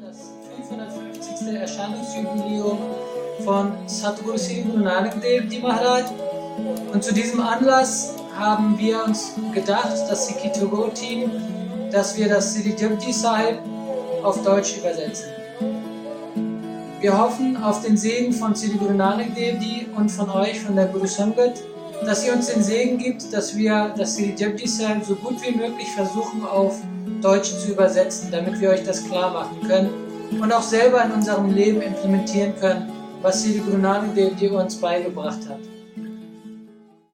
das 550. Erscheinungsjubiläum von Sadhguru Sri Guru Nanak Dev Ji Maharaj. Und zu diesem Anlass haben wir uns gedacht, das Sikhi To Go Team, dass wir das Sri Japji Sahib auf Deutsch übersetzen. Wir hoffen auf den Segen von Sri Guru Nanak Dev Ji und von euch, von der Guru Sangat, dass ihr uns den Segen gibt, dass wir das Sri Japji Sahib so gut wie möglich versuchen auf Deutsch zu übersetzen, damit wir euch das klar machen können und auch selber in unserem Leben implementieren können, was Sri Guru Nanak Dev Ji uns beigebracht hat.